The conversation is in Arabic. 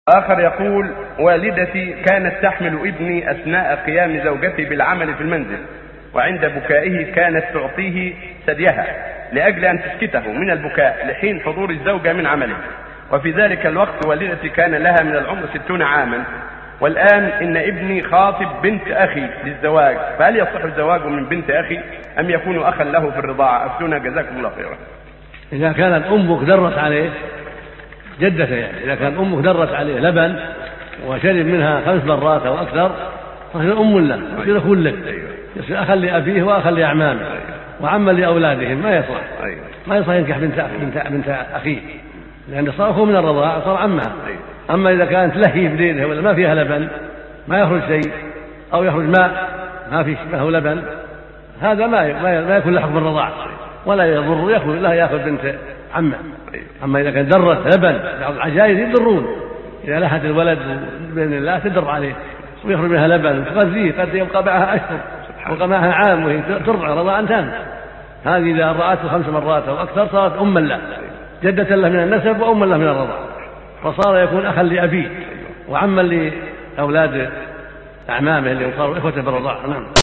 آخر يقول: والدتي كانت تحمل ابني أثناء قيام زوجتي بالعمل في المنزل، وعند بكائه كانت تعطيه ثديها لأجل أن تسكته من البكاء لحين حضور الزوجة من عمله، وفي ذلك الوقت والدتي كان لها من العمر 60 عاما، والآن إن ابني خاطب بنت أخي للزواج، فهل يصح الزواج من بنت أخي أم يكون أخا له في الرضاعة؟ أفتونا جزاكم الله خيرا. إذا كانت أمك درت عليه جدته، يعني إذا كانت أمك درت عليه لبن وشرب منها 5 مرات أو أكثر فهي أم له، يصير أخو لك، يصير أخا لأبيه وأخا لأعمامه وعما لأولادهم. ما يصح ينكح بنت أخيه، لأن صار أخوه من الرضاعة، صار عمها. أما إذا كانت لهي بدينها ولا ما فيها لبن، ما يخرج شيء أو يخرج ماء ما فيه لبن، هذا ما يكون له حكم الرضاعة ولا يضر، يأخذ بنت عمه. أما إذا كان درت لبن، بعض العجائز يضرون، إذا لحت الولد بإذن الله تدر عليه ويخرج منها لبن وتغذيه، قد يبقى معها أشهر ويبقى معها عام وهي ترضع رضاعا تاما. هذه إذا رأته 5 مرات أو أكثر صارت أما له، جدة له من النسب وأما له من الرضاعة، فصار يكون أخا لأبيه وعما لأولاد أعمامه اللي صاروا إخوة بالرضاعة. نعم.